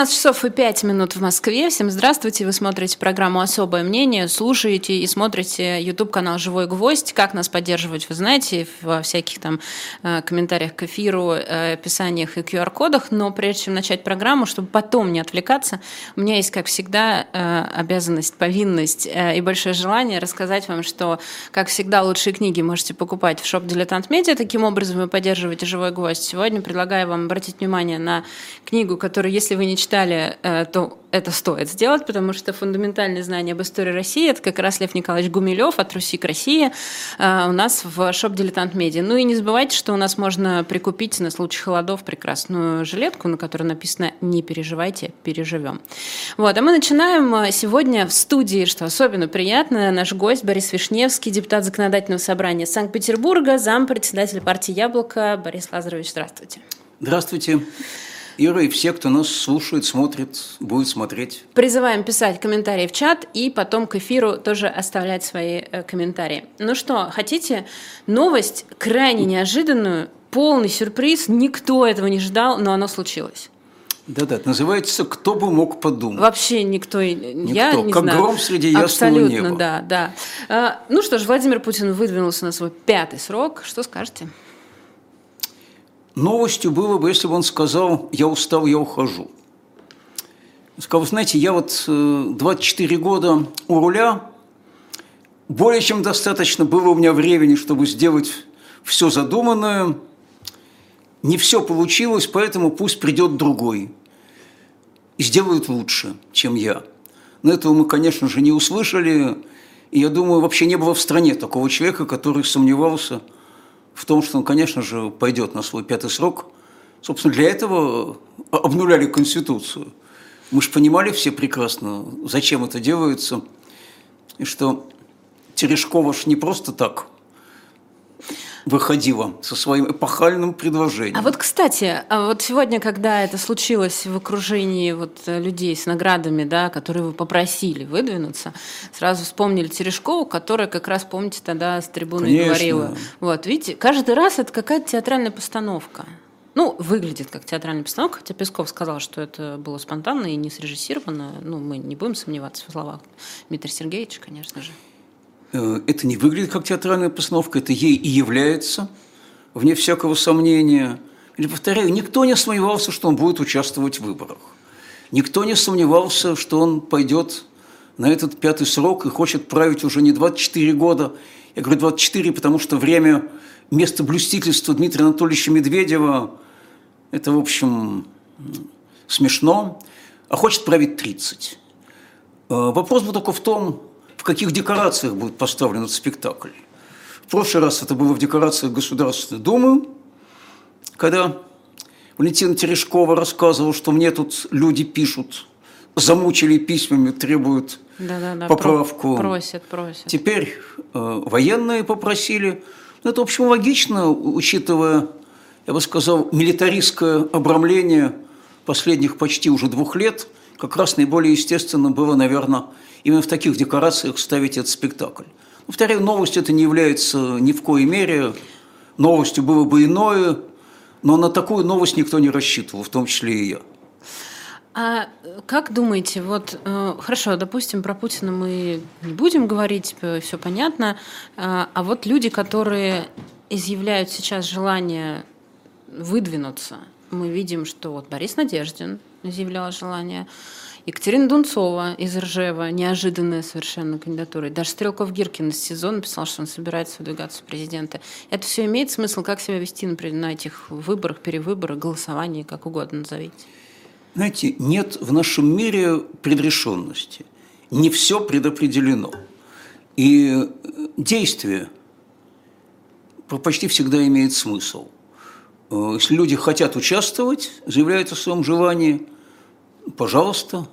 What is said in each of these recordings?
часов и 5 минут в Москве. Всем здравствуйте. Вы смотрите программу «Особое мнение», слушаете и смотрите YouTube-канал «Живой гвоздь». Как нас поддерживать, вы знаете, во всяких там комментариях к эфиру, описаниях и QR-кодах. Но прежде чем начать программу, чтобы потом не отвлекаться, у меня есть, как всегда, обязанность, повинность и большое желание рассказать вам, что, как всегда, лучшие книги можете покупать в шоп «Дилетант Медиа». Таким образом вы поддерживаете «Живой гвоздь». Сегодня предлагаю вам обратить внимание на книгу, которую, если вы не читали, то это стоит сделать, потому что фундаментальные знания об истории России — это как раз Лев Николаевич Гумилев «От Руси к России» у нас в шоп «Дилетант Медиа». Ну и не забывайте, что у нас можно прикупить на случай холодов прекрасную жилетку, на которой написано «Не переживайте, переживем». Вот, а мы начинаем сегодня в студии, что особенно приятно, наш гость Борис Вишневский, депутат Законодательного собрания Санкт-Петербурга, зампредседателя партии «Яблоко». Борис Лазаревич, здравствуйте. Здравствуйте. Ира, и все, кто нас слушает, смотрит, будет смотреть. Призываем писать комментарии в чат и потом к эфиру тоже оставлять свои комментарии. Ну что, хотите новость крайне неожиданную, полный сюрприз, никто этого не ждал, но оно случилось. Да-да, это называется «Кто бы мог подумать». Вообще никто, я не как знаю. гром среди ясного неба. Абсолютно, да. Ну что ж, Владимир Путин выдвинулся на свой 5-й срок. Что скажете? Новостью было бы, если бы он сказал: «Я устал, я ухожу». Сказал: знаете, я вот 24 года у руля, более чем достаточно было у меня времени, чтобы сделать все задуманное. Не все получилось, поэтому пусть придет другой и сделает лучше, чем я. Но этого мы, конечно же, не услышали. И я думаю, вообще не было в стране такого человека, который сомневался в том, что он, конечно же, пойдет на свой 5-й срок. Собственно, для этого обнуляли Конституцию. Мы же понимали все прекрасно, зачем это делается, и что Терешкова ж не просто так выходила со своим эпохальным предложением. А вот, кстати, вот сегодня, когда это случилось в окружении вот людей с наградами, да, которые вы попросили выдвинуться, сразу вспомнили Терешкову, которая как раз, помните, тогда с трибуны говорила. Вот, видите, каждый раз это какая-то театральная постановка. Ну, выглядит как театральная постановка, хотя Песков сказал, что это было спонтанно и не срежиссировано. Ну, мы не будем сомневаться в словах Дмитрия Сергеевича, конечно же. Это не выглядит как театральная постановка, это ей и является, вне всякого сомнения. Или, повторяю, никто не сомневался, что он будет участвовать в выборах. Никто не сомневался, что он пойдет на этот 5-й срок и хочет править уже не 24 года. Я говорю 24, потому что время местоблюстительства Дмитрия Анатольевича Медведева – это, в общем, смешно. А хочет править 30. Вопрос был только в том, в каких декорациях будет поставлен этот спектакль. В прошлый раз это было в декорациях Государственной Думы, когда Валентина Терешкова рассказывала, что мне тут люди пишут, замучили письмами, требуют поправку. Просят. Теперь военные попросили. Это, в общем, логично, учитывая, я бы сказал, милитаристское обрамление последних почти уже 2 лет. Как раз наиболее естественно было, наверное, именно в таких декорациях ставить этот спектакль. Повторяю, новость это не является ни в коей мере. Новостью было бы иное, но на такую новость никто не рассчитывал, в том числе и я. А как думаете, вот хорошо, допустим, про Путина мы не будем говорить, все понятно, а вот люди, которые изъявляют сейчас желание выдвинуться, мы видим, что вот Борис Надеждин изъявлял желание, Екатерина Дунцова из Ржева, неожиданная совершенно кандидатура. И даже Стрелков-Гиркин из СИЗО написал, что он собирается выдвигаться в президенты. Это все имеет смысл? Как себя вести, например, на этих выборах, перевыборах, голосовании, как угодно назовите? Знаете, нет в нашем мире предрешенности. Не все предопределено. И действие почти всегда имеет смысл. Если люди хотят участвовать, заявляют о своем желании, пожалуйста.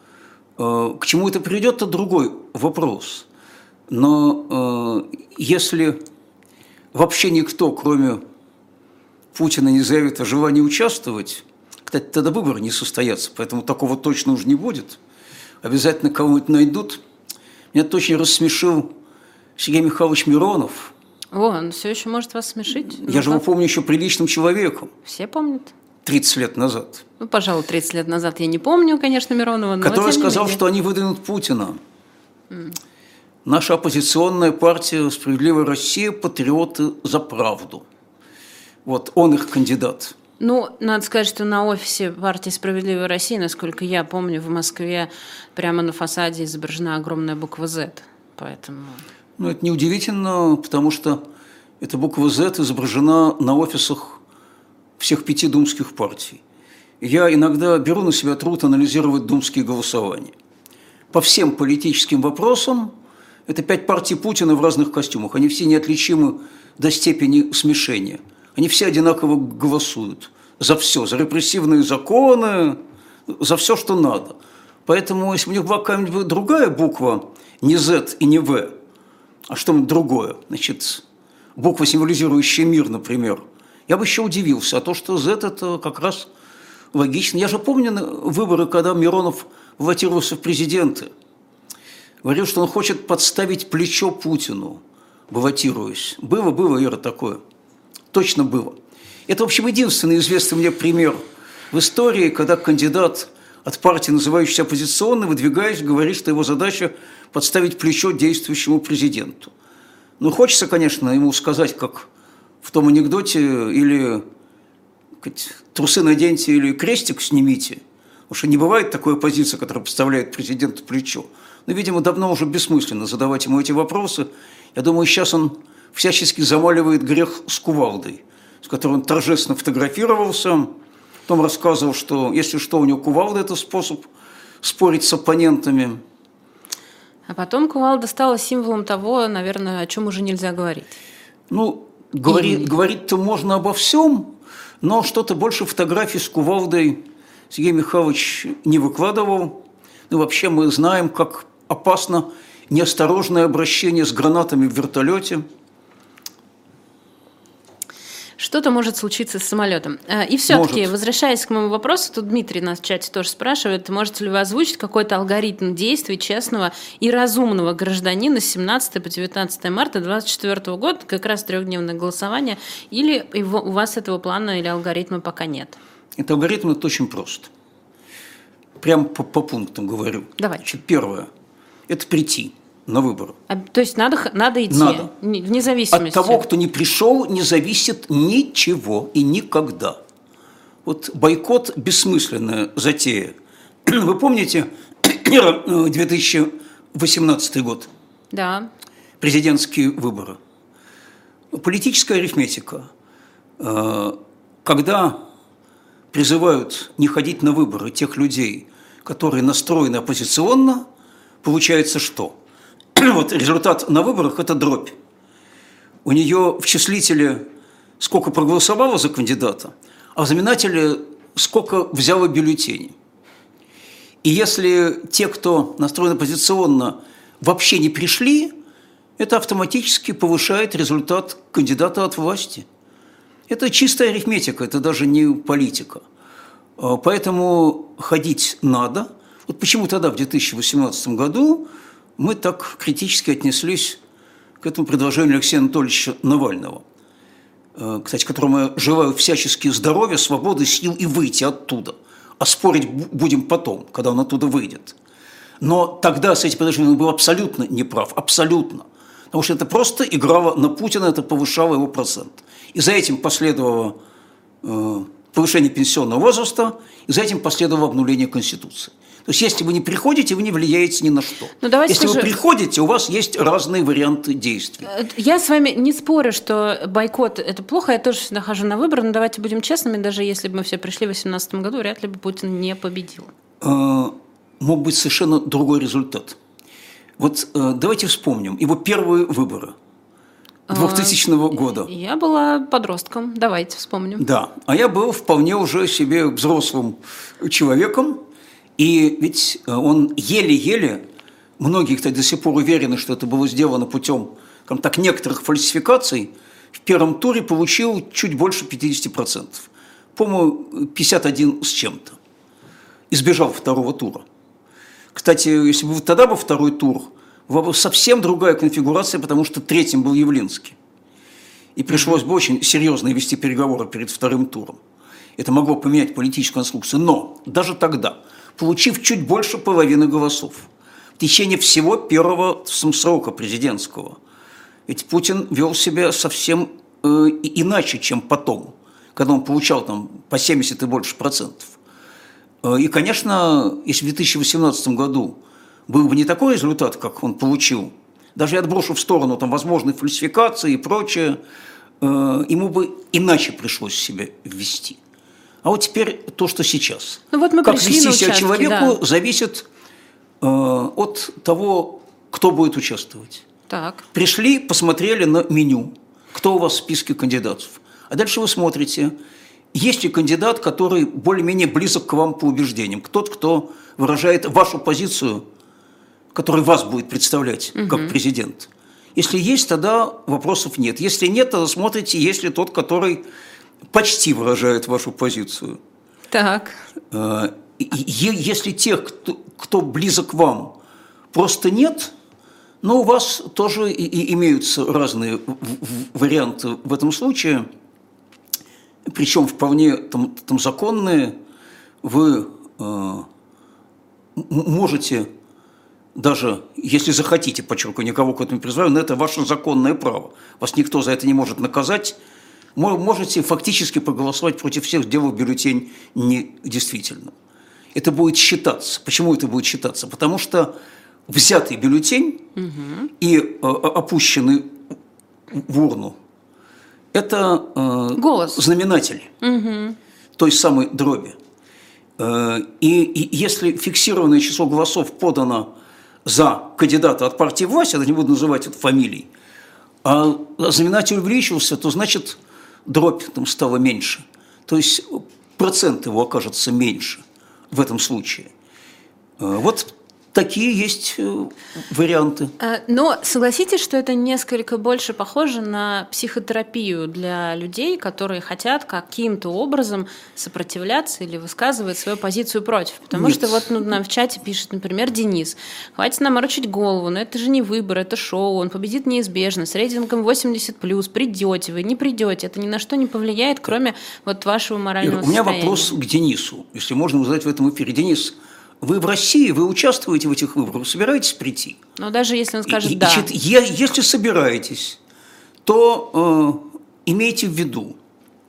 К чему это приведет, это другой вопрос. Но если вообще никто, кроме Путина, не заявит о желании участвовать, кстати, тогда выборы не состоятся, поэтому такого точно уже не будет. Обязательно кого-нибудь найдут. Меня это очень рассмешил Сергей Михайлович Миронов. О, он все еще может вас смешить? Я же его помню еще приличным человеком. Все помнят. 30 лет назад. Ну, пожалуй, 30 лет назад я не помню, конечно, Миронова, но который тем не сказал, менее. что они выдвинут Путина. Наша оппозиционная партия «Справедливая Россия» – патриоты за правду. Вот он их кандидат. Ну, надо сказать, что на офисе партии «Справедливая Россия», насколько я помню, в Москве прямо на фасаде изображена огромная буква «З». Поэтому... Ну, это неудивительно, потому что эта буква «З» изображена на офисах всех 5 думских партий. Я иногда беру на себя труд анализировать думские голосования. По всем политическим вопросам это 5 партий Путина в разных костюмах. Они все неотличимы до степени смешения. Они все одинаково голосуют за все, за репрессивные законы, за все, что надо. Поэтому, если бы у них была какая-нибудь другая буква, не «З» и не «В», а что-нибудь другое, значит, буква, символизирующая мир, например, я бы еще удивился. А то, что «З» – это как раз логично. Я же помню выборы, когда Миронов баллотировался в президенты. Говорил, что он хочет подставить плечо Путину, баллотируясь. Было, Ира, такое. Точно было. Это, в общем, единственный известный мне пример в истории, когда кандидат от партии, называющейся оппозиционной, выдвигаясь, говорит, что его задача подставить плечо действующему президенту. Ну, хочется, конечно, ему сказать, как в том анекдоте, или трусы наденьте, или крестик снимите. Потому что не бывает такой оппозиции, которая подставляет президенту плечо. Но, видимо, давно уже бессмысленно задавать ему эти вопросы. Я думаю, сейчас он всячески замаливает грех с кувалдой, с которой он торжественно фотографировался. Потом рассказывал, что, если что, у него кувалда – это способ спорить с оппонентами. А потом кувалда стала символом того, наверное, о чем уже нельзя говорить. Ну, говорить-то можно обо всем, но что-то больше фотографий с кувалдой Сергей Михайлович не выкладывал. Ну, вообще мы знаем, как опасно неосторожное обращение с гранатами в вертолете. Что-то может случиться с самолетом. И все-таки, возвращаясь к моему вопросу, тут Дмитрий нас в чате тоже спрашивает, можете ли вы озвучить какой-то алгоритм действий честного и разумного гражданина с 17 по 19 марта 2024 года, как раз трехдневное голосование, или у вас этого плана или алгоритма пока нет? Это алгоритм, это очень просто. Прям по пунктам говорю. Давай. Значит, первое – это прийти на выборы. То есть надо идти? Надо. Вне зависимости? От того, кто не пришел, не зависит ничего и никогда. Вот бойкот – бессмысленная затея. Вы помните 2018 год? Да. Президентские выборы. Политическая арифметика. Когда призывают не ходить на выборы тех людей, которые настроены оппозиционно, получается что? Вот результат на выборах – это дробь. У нее в числителе сколько проголосовало за кандидата, а в знаменателе сколько взяло бюллетеней. И если те, кто настроен оппозиционно, вообще не пришли, это автоматически повышает результат кандидата от власти. Это чистая арифметика, это даже не политика. Поэтому ходить надо. Вот почему тогда, в 2018 году, мы так критически отнеслись к этому предложению Алексея Анатольевича Навального, кстати, которому я желаю всячески здоровья, свободы, сил и выйти оттуда. А спорить будем потом, когда он оттуда выйдет. Но тогда с этим предложением он был абсолютно неправ, абсолютно. Потому что это просто играло на Путина, это повышало его процент. И за этим последовало повышение пенсионного возраста, и за этим последовало обнуление Конституции. То есть, если вы не приходите, вы не влияете ни на что. Если вы приходите, у вас есть разные варианты действий. Я с вами не спорю, что бойкот – это плохо, я тоже всегда хожу на выборы, но давайте будем честными, даже если бы мы все пришли в 2018 году, вряд ли бы Путин не победил. Мог быть совершенно другой результат. Вот давайте вспомним его первые выборы 2000 года. Я была подростком, давайте вспомним. Да, а я был вполне уже себе взрослым человеком, и ведь он еле-еле, многие, кстати, до сих пор уверены, что это было сделано путем, так, некоторых фальсификаций, в первом туре получил чуть больше 50%. По-моему, 51 с чем-то. Избежал второго тура. Кстати, если бы тогда был второй тур, была бы совсем другая конфигурация, потому что третьим был Явлинский. И пришлось бы очень серьезно вести переговоры перед вторым туром. Это могло поменять политическую конструкцию. Но даже тогда, получив чуть больше половины голосов, в течение всего первого срока президентского, ведь Путин вел себя совсем иначе, чем потом, когда он получал там по 70 и больше процентов. И, конечно, если в 2018 году был бы не такой результат, как он получил, даже я отброшу в сторону там возможной фальсификации и прочее, ему бы иначе пришлось себя ввести. А вот теперь то, что сейчас. Ну вот мы как пришли вести на себя участки, человеку, да. зависит от того, кто будет участвовать. Так. Пришли, посмотрели на меню, кто у вас в списке кандидатов. А дальше вы смотрите, есть ли кандидат, который более-менее близок к вам по убеждениям, тот, кто выражает вашу позицию, который вас будет представлять как президент. Если есть, тогда вопросов нет. Если нет, тогда смотрите, есть ли тот, который почти выражает вашу позицию. Так. Если тех, кто близок к вам, просто нет, но у вас тоже и имеются разные варианты в этом случае, причем вполне там законные. Вы можете даже, если захотите, подчеркиваю, никого к этому не призываю, но это ваше законное право. Вас никто за это не может наказать. Можете фактически проголосовать против всех, сделав бюллетень недействительным. Это будет считаться. Почему это будет считаться? Потому что взятый бюллетень и опущенный в урну – это знаменатель той самой дроби. И если фиксированное число голосов подано за кандидата от партии власти, я не буду называть это фамилий, а знаменатель увеличился, то значит дробь там стала меньше. То есть процент его окажется меньше в этом случае. Вот такие есть варианты. Но согласитесь, что это несколько больше похоже на психотерапию для людей, которые хотят каким-то образом сопротивляться или высказывать свою позицию против. Потому что вот нам в чате пишет, например, Денис: хватит нам морочить голову, но это же не выбор, это шоу, он победит неизбежно, с рейтингом 80+, придете вы, не придете, это ни на что не повлияет, кроме вот вашего морального состояния. У меня вопрос к Денису, если можно задать в этом эфире. Денис, вы в России, вы участвуете в этих выборах, вы собираетесь прийти? Но даже если он скажет «да». Если собираетесь, то имейте в виду,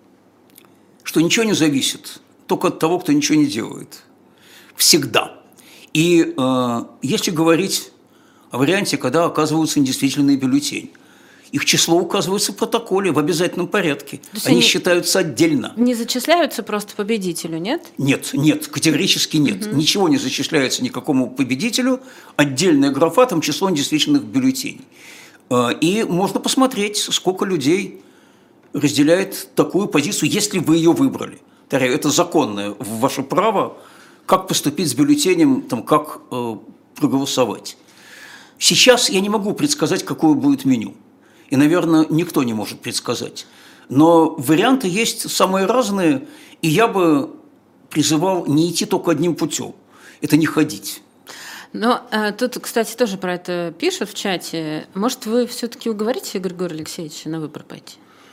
что ничего не зависит только от того, кто ничего не делает. Всегда. И если говорить о варианте, когда оказываются недействительные бюллетени, их число указывается в протоколе в обязательном порядке. Они считаются отдельно. Не зачисляются просто победителю, нет? Нет, категорически нет. Ничего не зачисляется никакому победителю. Отдельная графа, там число недействительных бюллетеней. И можно посмотреть, сколько людей разделяет такую позицию, если вы ее выбрали. Это законное ваше право, как поступить с бюллетенем, там, как проголосовать. Сейчас я не могу предсказать, какое будет меню. И, наверное, никто не может предсказать. Но варианты есть самые разные, и я бы призывал не идти только одним путем. Это не ходить. Но тут, кстати, тоже про это пишут в чате. Может, вы все-таки уговорите Григория Алексеевича на выбор пойти?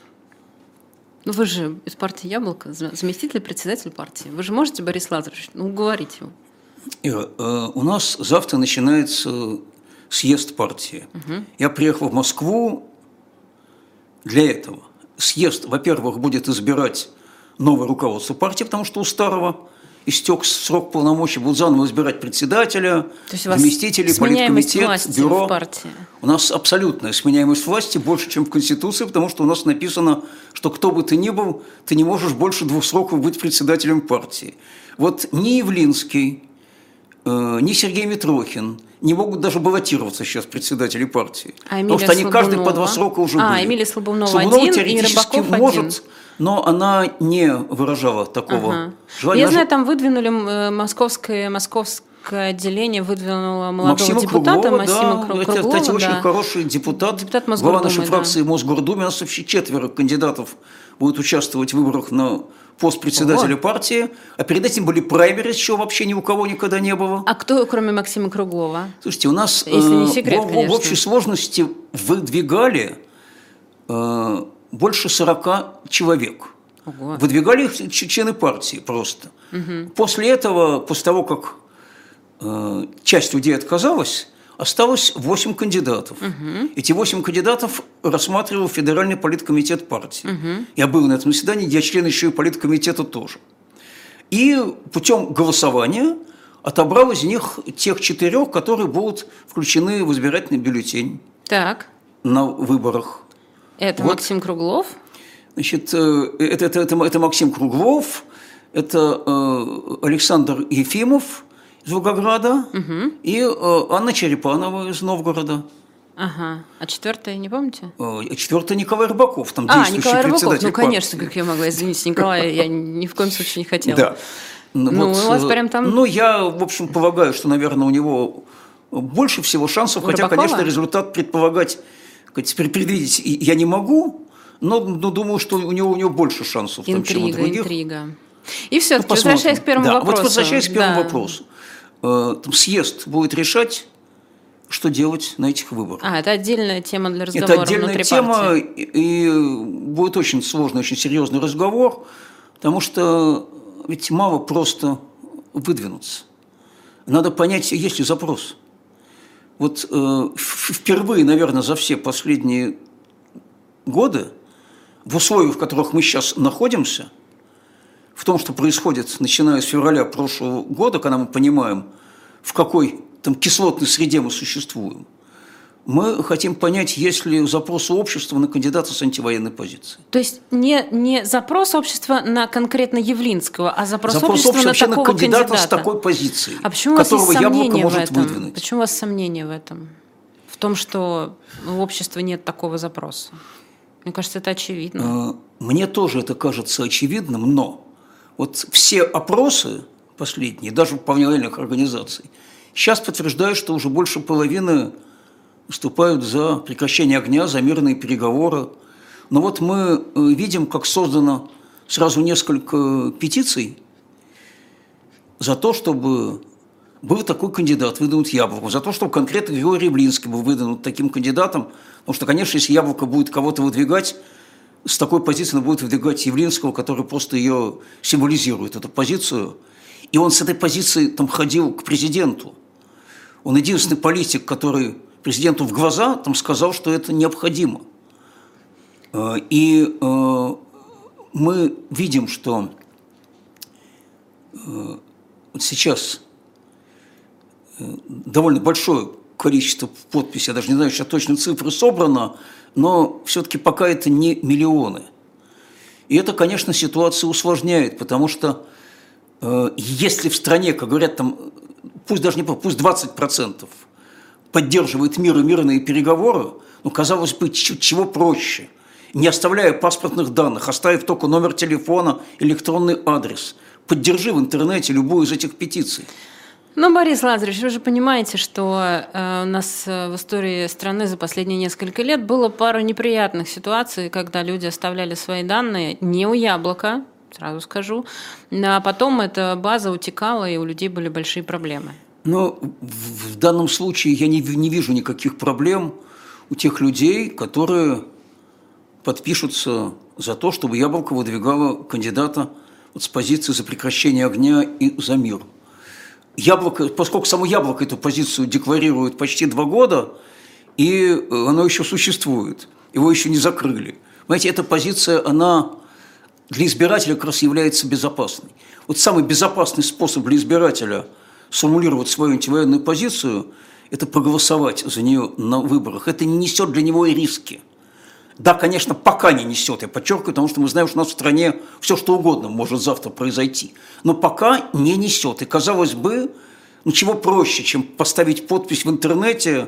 Ну, вы же из партии «Яблоко», заместитель председателя партии. Вы же можете, Борис Лазаревич, уговорить его? Ира, у нас завтра начинается съезд партии. Я приехал в Москву для этого. Съезд, во-первых, будет избирать новое руководство партии, потому что у старого истек срок полномочий, будут заново избирать председателя, заместителей, политкомитет, бюро. У нас абсолютная сменяемость власти, больше, чем в Конституции, потому что у нас написано, что кто бы ты ни был, ты не можешь больше 2 сроков быть председателем партии. Вот ни Явлинский, ни Сергей Митрохин не могут даже баллотироваться сейчас председатели партии. Потому что они каждый по 2 срока уже были. Эмилия Слабунова один, теоретически и Рыбаков может, один. Но она не выражала такого желания. Я знаю, там выдвинули московское отделение, выдвинуло молодого депутата Максима Круглова. Кстати, очень хороший депутат глава нашей фракции в Мосгордуме. У нас вообще 4 кандидатов будут участвовать в выборах на пост председателя партии, а перед этим были праймерис, чего вообще ни у кого никогда не было. А кто, кроме Максима Круглова? Слушайте, у нас секрет, в общей сложности выдвигали больше 40 человек. Ого. Выдвигали их члены партии просто. После этого, после того, как часть людей отказалась, осталось 8 кандидатов. Эти 8 кандидатов рассматривал Федеральный политкомитет партии. Я был на этом заседании, я член еще и политкомитета тоже. И путем голосования отобрал из них тех 4, которые будут включены в избирательный бюллетень на выборах. Это вот. Максим Круглов? Значит, это Максим Круглов, это Александр Ефимов из Волгограда и Анна Черепанова из Новгорода. Ага. А 4-я, не помните? 4-й Николай Рыбаков, там действующий Николай председатель Рыбаков. Ну, конечно, партии. как я могла, извините, Николая я ни в коем случае не хотела. Да. Ну, вот, у вас прям там... Ну, я, в общем, полагаю, что, наверное, у него больше всего шансов, хотя, конечно, результат предполагать, предвидеть я не могу, но думаю, что у него больше шансов, чем у других. Интрига. И все-таки, возвращаясь к первому вопросу. Вот возвращаясь к первому вопросу. Съезд будет решать, что делать на этих выборах. Это отдельная тема для разговора внутри партии. Это отдельная тема, и будет очень сложный, очень серьезный разговор, потому что ведь мало просто выдвинуться. Надо понять, есть ли запрос. Вот впервые, наверное, за все последние годы, в условиях, в которых мы сейчас находимся, в том, что происходит, начиная с февраля прошлого года, когда мы понимаем, в какой там кислотной среде мы существуем, мы хотим понять, есть ли запрос общества на кандидата с антивоенной позицией. То есть не запрос общества на конкретно Явлинского, а запрос общества на такого кандидата с такой позицией, а почему у вас которого есть Яблоко может в этом? выдвинуть. Почему у вас сомнения в этом? В том, что у общества нет такого запроса? Мне кажется, это очевидно. Мне тоже это кажется очевидным, но вот все опросы последние, даже профессиональных организаций, сейчас подтверждают, что уже больше половины выступают за прекращение огня, за мирные переговоры. Но вот мы видим, как создано сразу несколько петиций за то, чтобы был такой кандидат, выдвинут Яблоко, за то, чтобы конкретно Григорий Явлинский был выдвинут таким кандидатом, потому что, конечно, если Яблоко будет кого-то выдвигать, с такой позиции он будет выдвигать Явлинского, который просто ее символизирует, эту позицию. И он с этой позиции там ходил к президенту. Он единственный политик, который президенту в глаза там сказал, что это необходимо. И мы видим, что сейчас довольно большое количество подписей, я даже не знаю, сейчас точно цифры собрано, но все-таки пока это не миллионы. И это, конечно, ситуацию усложняет, потому что если в стране, как говорят, там, пусть даже не пусть 20% поддерживает мир и мирные переговоры, ну, казалось бы, чего проще, не оставляя паспортных данных, оставив только номер телефона, электронный адрес. Поддержи в интернете любую из этих петиций. Ну, Борис Лазаревич, вы же понимаете, что у нас в истории страны за последние несколько лет было пару неприятных ситуаций, когда люди оставляли свои данные не у Яблока, сразу скажу, а потом эта база утекала, и у людей были большие проблемы. Но в данном случае я не вижу никаких проблем у тех людей, которые подпишутся за то, чтобы Яблоко выдвигало кандидата вот с позиции за прекращение огня и за мир. Яблоко, поскольку само Яблоко эту позицию декларирует почти 2 года, и оно еще существует, его еще не закрыли. Понимаете, эта позиция, она для избирателя как раз является безопасной. Вот самый безопасный способ для избирателя сформулировать свою антивоенную позицию – это проголосовать за нее на выборах. Это не несет для него и риски. Да, конечно, пока не несет, я подчеркиваю, потому что мы знаем, что у нас в стране все что угодно может завтра произойти. Но пока не несет. И, казалось бы, ничего проще, чем поставить подпись в интернете.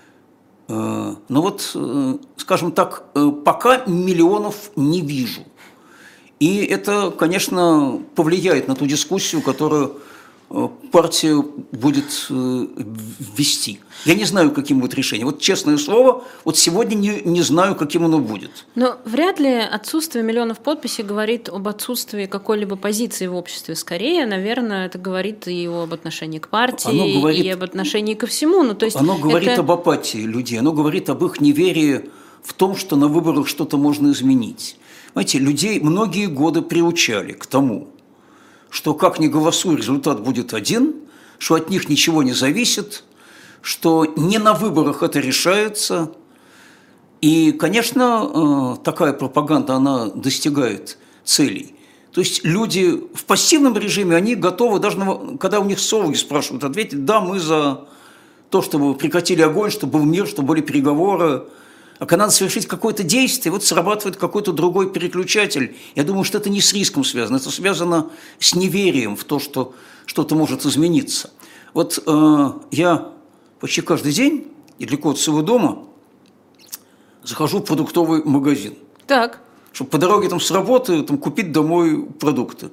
Но вот, скажем так, пока миллионов не вижу. И это, конечно, повлияет на ту дискуссию, которую партия будет вести. Я не знаю, каким будет решение. Вот честное слово, вот сегодня не знаю, каким оно будет. Но вряд ли отсутствие миллионов подписей говорит об отсутствии какой-либо позиции в обществе. Скорее, наверное, это говорит и об отношении к партии, и об отношении ко всему. Ну, то есть оно говорит об апатии людей, оно говорит об их неверии в том, что на выборах что-то можно изменить. Знаете, людей многие годы приучали к тому, что как ни голосуй, результат будет один, что от них ничего не зависит, что не на выборах это решается. И, конечно, такая пропаганда, она достигает целей. То есть люди в пассивном режиме, они готовы, даже когда у них совесть спрашивают, ответить: да, мы за то, чтобы прекратили огонь, чтобы был мир, чтобы были переговоры. А когда надо совершить какое-то действие, вот срабатывает какой-то другой переключатель. Я думаю, что это не с риском связано, это связано с неверием в то, что что-то может измениться. Вот я почти каждый день, недалеко от своего дома, захожу в продуктовый магазин. Так. Чтобы по дороге там с работы купить домой продукты.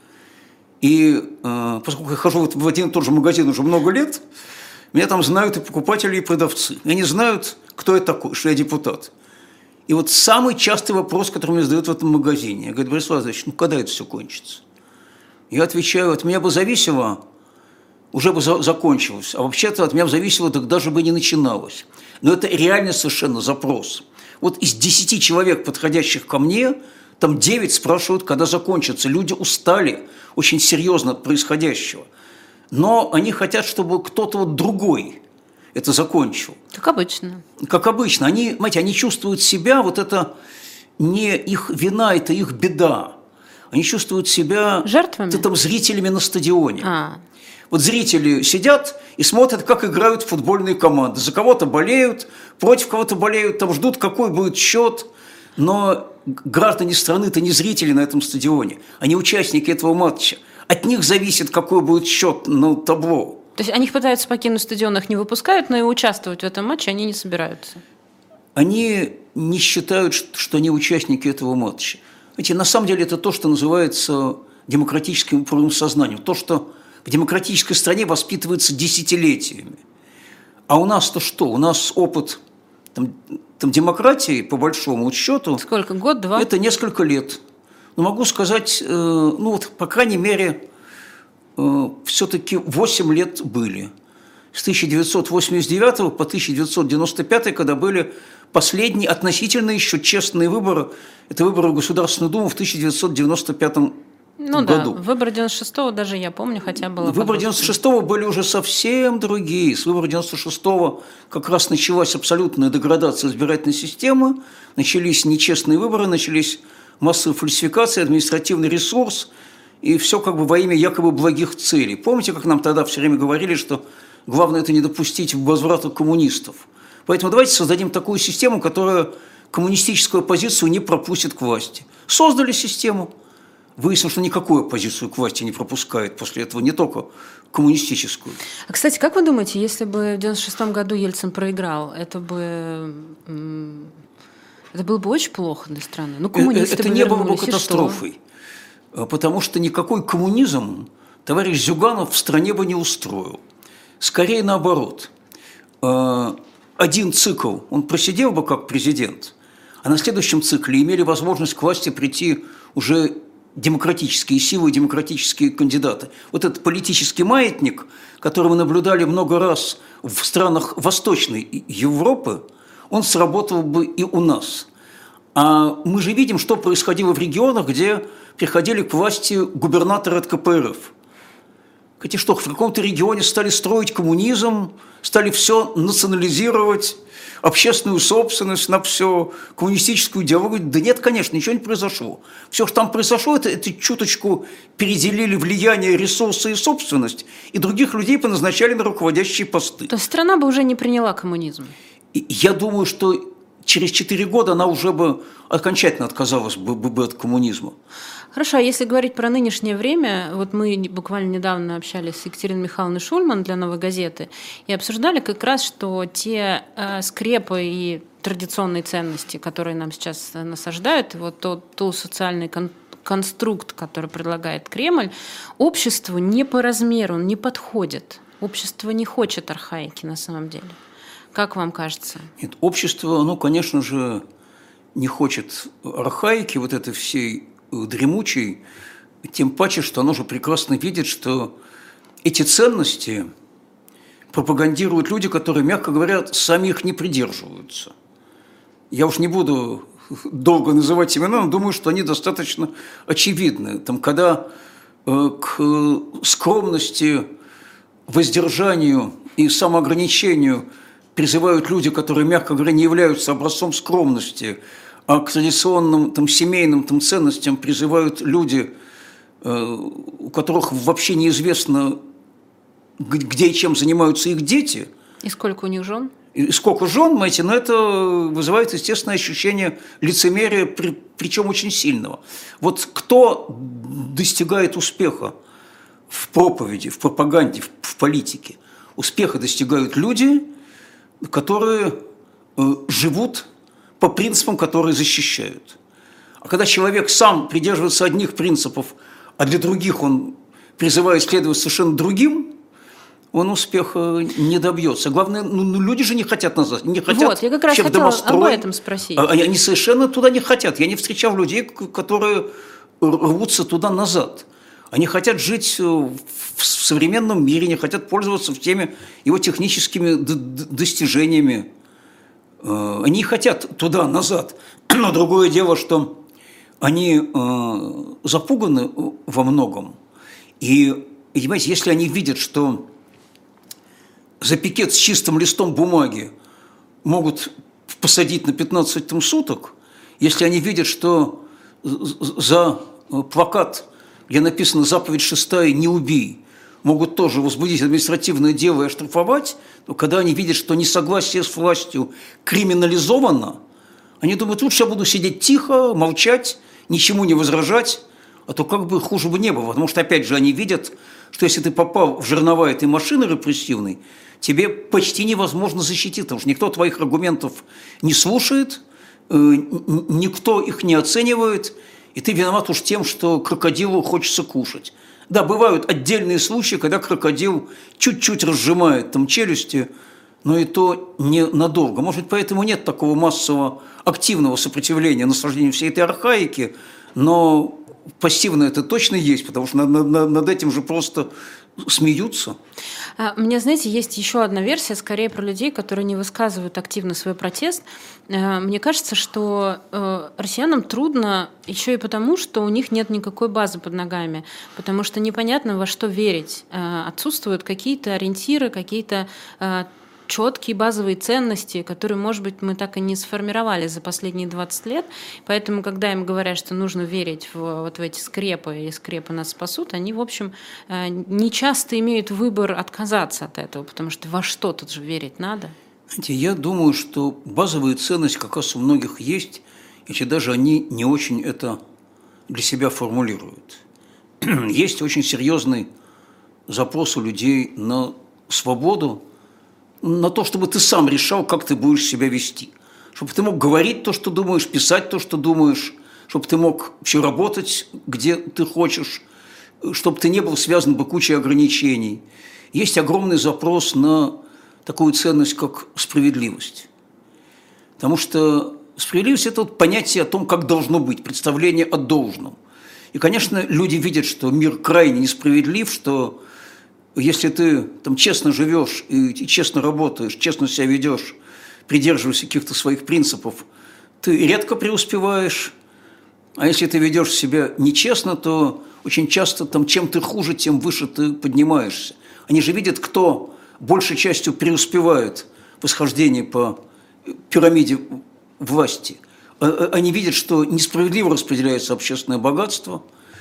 И поскольку я хожу в один и тот же магазин уже много лет, меня там знают и покупатели, и продавцы. Они знают, кто я такой, что я депутат. И вот самый частый вопрос, который мне задают в этом магазине. Я говорю: Борис Владимирович, когда это все кончится? Я отвечаю: от меня бы зависело, уже бы закончилось. А вообще-то от меня бы зависело, так даже бы не начиналось. Но это реально совершенно запрос. Вот из 10 человек, подходящих ко мне, там 9 спрашивают, когда закончится. Люди устали очень серьезно от происходящего. Но они хотят, чтобы кто-то вот другой это закончил. Как обычно. Как обычно. Они, понимаете, они чувствуют себя, вот это не их вина, это их беда. Они чувствуют себя жертвами? Там, зрителями на стадионе. Вот зрители сидят и смотрят, как играют футбольные команды. За кого-то болеют, против кого-то болеют, там ждут, какой будет счет. Но граждане страны-то не зрители на этом стадионе, они участники этого матча. От них зависит, какой будет счет на табло. То есть они пытаются покинуть стадион, их не выпускают, но и участвовать в этом матче они не собираются? Они не считают, что они участники этого матча. Знаете, на самом деле это то, что называется демократическим уровнем сознания. То, что в демократической стране воспитывается десятилетиями. А у нас-то что? У нас опыт там демократии, по большому счету… Сколько? Год, два? Это несколько лет. Но могу сказать, по крайней мере, все-таки 8 лет были. С 1989 по 1995, когда были последние относительно еще честные выборы. Это выборы в Государственную Думу в 1995 году. Да, выборы 96-го даже я помню, хотя было… Выборы 96-го были уже совсем другие. С выбора 96-го как раз началась абсолютная деградация избирательной системы, начались нечестные выборы, начались массовые фальсификации, административный ресурс, и все как бы во имя якобы благих целей. Помните, как нам тогда все время говорили, что главное – это не допустить возврата коммунистов? Поэтому давайте создадим такую систему, которая коммунистическую оппозицию не пропустит к власти. Создали систему. Выяснилось, что никакую оппозицию к власти не пропускает после этого, не только коммунистическую. А, кстати, как вы думаете, если бы в 96-м году Ельцин проиграл, это было бы очень плохо для страны? Коммунисты это не было бы катастрофой, потому что никакой коммунизм товарищ Зюганов в стране бы не устроил. Скорее наоборот. Один цикл он просидел бы как президент, а на следующем цикле имели возможность к власти прийти уже демократические силы, демократические кандидаты. Вот этот политический маятник, который мы наблюдали много раз в странах Восточной Европы, он сработал бы и у нас. А мы же видим, что происходило в регионах, где приходили к власти губернаторы от КПРФ. Хотите что, в каком-то регионе стали строить коммунизм, стали все национализировать, общественную собственность на все, коммунистическую идеологию. Да нет, конечно, ничего не произошло. Все, что там произошло, это чуточку переделили влияние, ресурсы и собственность, и других людей поназначали на руководящие посты. То есть страна бы уже не приняла коммунизм? И я думаю, что через 4 года она уже бы окончательно отказалась бы от коммунизма. Хорошо, а если говорить про нынешнее время, вот мы буквально недавно общались с Екатериной Михайловной Шульман для «Новой газеты» и обсуждали как раз, что те скрепы и традиционные ценности, которые нам сейчас насаждают, вот тот социальный конструкт, который предлагает Кремль, обществу не по размеру, он не подходит. Общество не хочет архаики на самом деле. Как вам кажется? Нет, общество, оно, конечно же, не хочет архаики, вот этой всей дремучей, тем паче, что оно же прекрасно видит, что эти ценности пропагандируют люди, которые, мягко говоря, сами их не придерживаются. Я уж не буду долго называть имена, но думаю, что они достаточно очевидны. Там, когда к скромности, воздержанию и самоограничению призывают люди, которые, мягко говоря, не являются образцом скромности, а к традиционным семейным ценностям призывают люди, у которых вообще неизвестно, где и чем занимаются их дети. И сколько у них жен? И сколько жен, понимаете, но это вызывает естественное ощущение лицемерия, причем очень сильного. Вот кто достигает успеха в проповеди, в пропаганде, в политике? Успеха достигают люди, которые живут по принципам, которые защищают. А когда человек сам придерживается одних принципов, а для других он призывает следовать совершенно другим, он успеха не добьется. Главное, люди же не хотят назад, не хотят. Вот, я как раз хотела об этом спросить. Они совершенно туда не хотят. Я не встречал людей, которые рвутся туда назад. Они хотят жить в современном мире, не хотят пользоваться всеми его техническими достижениями. Они не хотят туда назад. Но другое дело, что они запуганы во многом. И понимаете, если они видят, что за пикет с чистым листом бумаги могут посадить на 15 суток, если они видят, что за плакат, где написано «Заповедь 6. Не убий», могут тоже возбудить административное дело и оштрафовать, то когда они видят, что несогласие с властью криминализовано, они думают, лучше я буду сидеть тихо, молчать, ничему не возражать, а то как бы хуже бы не было. Потому что, опять же, они видят, что если ты попал в жернова этой машины репрессивной, тебе почти невозможно защитить, потому что никто твоих аргументов не слушает, никто их не оценивает, и ты виноват уж тем, что крокодилу хочется кушать. Да, бывают отдельные случаи, когда крокодил чуть-чуть разжимает челюсти, но и то ненадолго. Может быть, поэтому нет такого массового активного сопротивления наслаждению всей этой архаики, но пассивно это точно есть, потому что над этим же просто смеются. Мне, знаете, есть еще одна версия, скорее про людей, которые не высказывают активно свой протест. Мне кажется, что россиянам трудно еще и потому, что у них нет никакой базы под ногами, потому что непонятно, во что верить. Отсутствуют какие-то ориентиры, какие-то четкие базовые ценности, которые, может быть, мы так и не сформировали за последние 20 лет. Поэтому, когда им говорят, что нужно верить в эти скрепы, и скрепы нас спасут, они, в общем, не часто имеют выбор отказаться от этого, потому что во что тут же верить надо. Знаете, я думаю, что базовые ценности как раз у многих есть, если даже они не очень это для себя формулируют. Есть очень серьезный запрос у людей на свободу, на то, чтобы ты сам решал, как ты будешь себя вести. Чтобы ты мог говорить то, что думаешь, писать то, что думаешь, чтобы ты мог все работать, где ты хочешь, чтобы ты не был связан бы кучей ограничений. Есть огромный запрос на такую ценность, как справедливость. Потому что справедливость – это понятие о том, как должно быть, представление о должном. И, конечно, люди видят, что мир крайне несправедлив, что если ты честно живешь и честно работаешь, честно себя ведешь, придерживаешься каких-то своих принципов, ты редко преуспеваешь. А если ты ведешь себя нечестно, то очень часто чем ты хуже, тем выше ты поднимаешься. Они же видят, кто большей частью преуспевает в восхождении по пирамиде власти. Они видят, что несправедливо распределяется общественное богатство,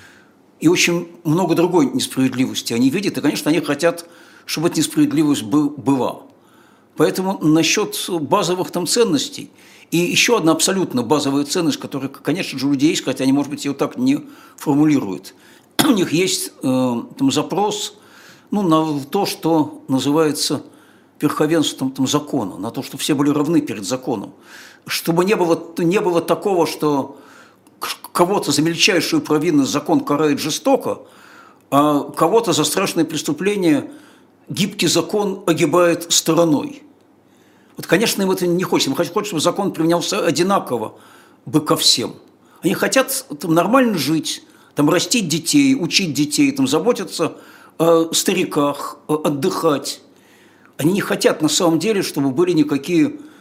и очень много другой несправедливости они видят, и, конечно, они хотят, чтобы эта несправедливость была. Поэтому насчет базовых ценностей, и еще одна абсолютно базовая ценность, которая, конечно же, у людей есть, хотя они, может быть, ее так не формулируют. У них есть запрос на то, что называется верховенством закона, на то, что все были равны перед законом. Чтобы не было такого, что кого-то за мельчайшую провинность закон карает жестоко, а кого-то за страшное преступление гибкий закон огибает стороной. Вот, конечно, им это не хочется. Им хочется, чтобы закон применялся одинаково бы ко всем. Они хотят нормально жить, растить детей, учить детей, заботиться о стариках, отдыхать. Они не хотят на самом деле, чтобы были никакие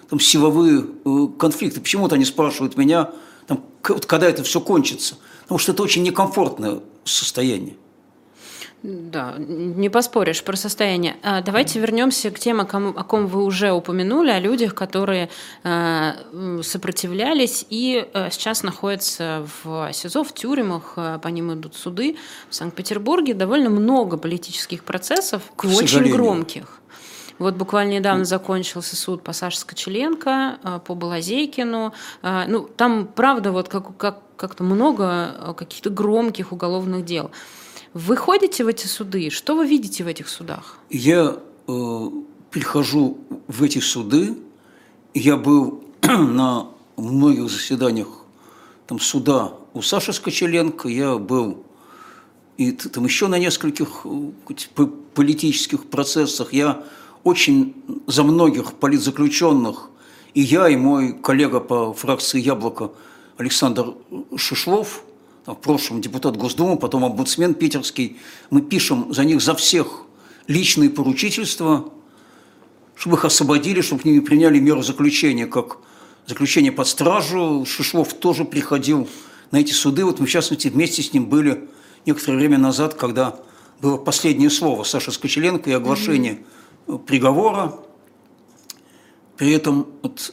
там, силовые конфликты. Почему-то они спрашивают меня, там, когда это все кончится. Потому что это очень некомфортное состояние. Да, не поспоришь про состояние. Давайте вернемся к тем, о ком вы уже упомянули, о людях, которые сопротивлялись и сейчас находятся в СИЗО, в тюрьмах, по ним идут суды. В Санкт-Петербурге довольно много политических процессов, очень громких. Вот буквально недавно закончился суд по Саше Скочеленко, по Балазейкину. Ну, там, правда, вот как-то много каких-то громких уголовных дел. Вы ходите в эти суды? Что вы видите в этих судах? Я прихожу в эти суды. Я был на многих заседаниях там, суда у Саши Скочеленко. Я был и там еще на нескольких политических процессах. Я очень за многих политзаключенных, и я, и мой коллега по фракции «Яблоко» Александр Шишлов, в прошлом депутат Госдумы, потом омбудсмен питерский, мы пишем за них за всех личные поручительства, чтобы их освободили, чтобы к ними приняли меры заключения, как заключение под стражу. Шишлов тоже приходил на эти суды. Вот мы, в частности, вместе с ним были некоторое время назад, когда было последнее слово Саши Скочеленко и оглашение приговора. При этом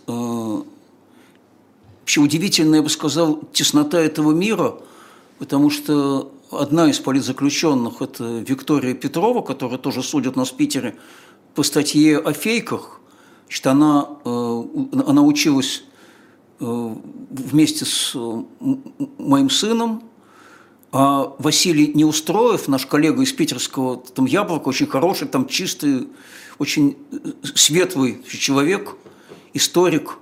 вообще удивительная, я бы сказал, теснота этого мира, потому что одна из политзаключенных – это Виктория Петрова, которая тоже судят нас в Питере по статье о фейках. Значит, она училась вместе с моим сыном, а Василий Неустроев, наш коллега из питерского там, «Яблока», очень хороший, там чистый, очень светлый человек, историк,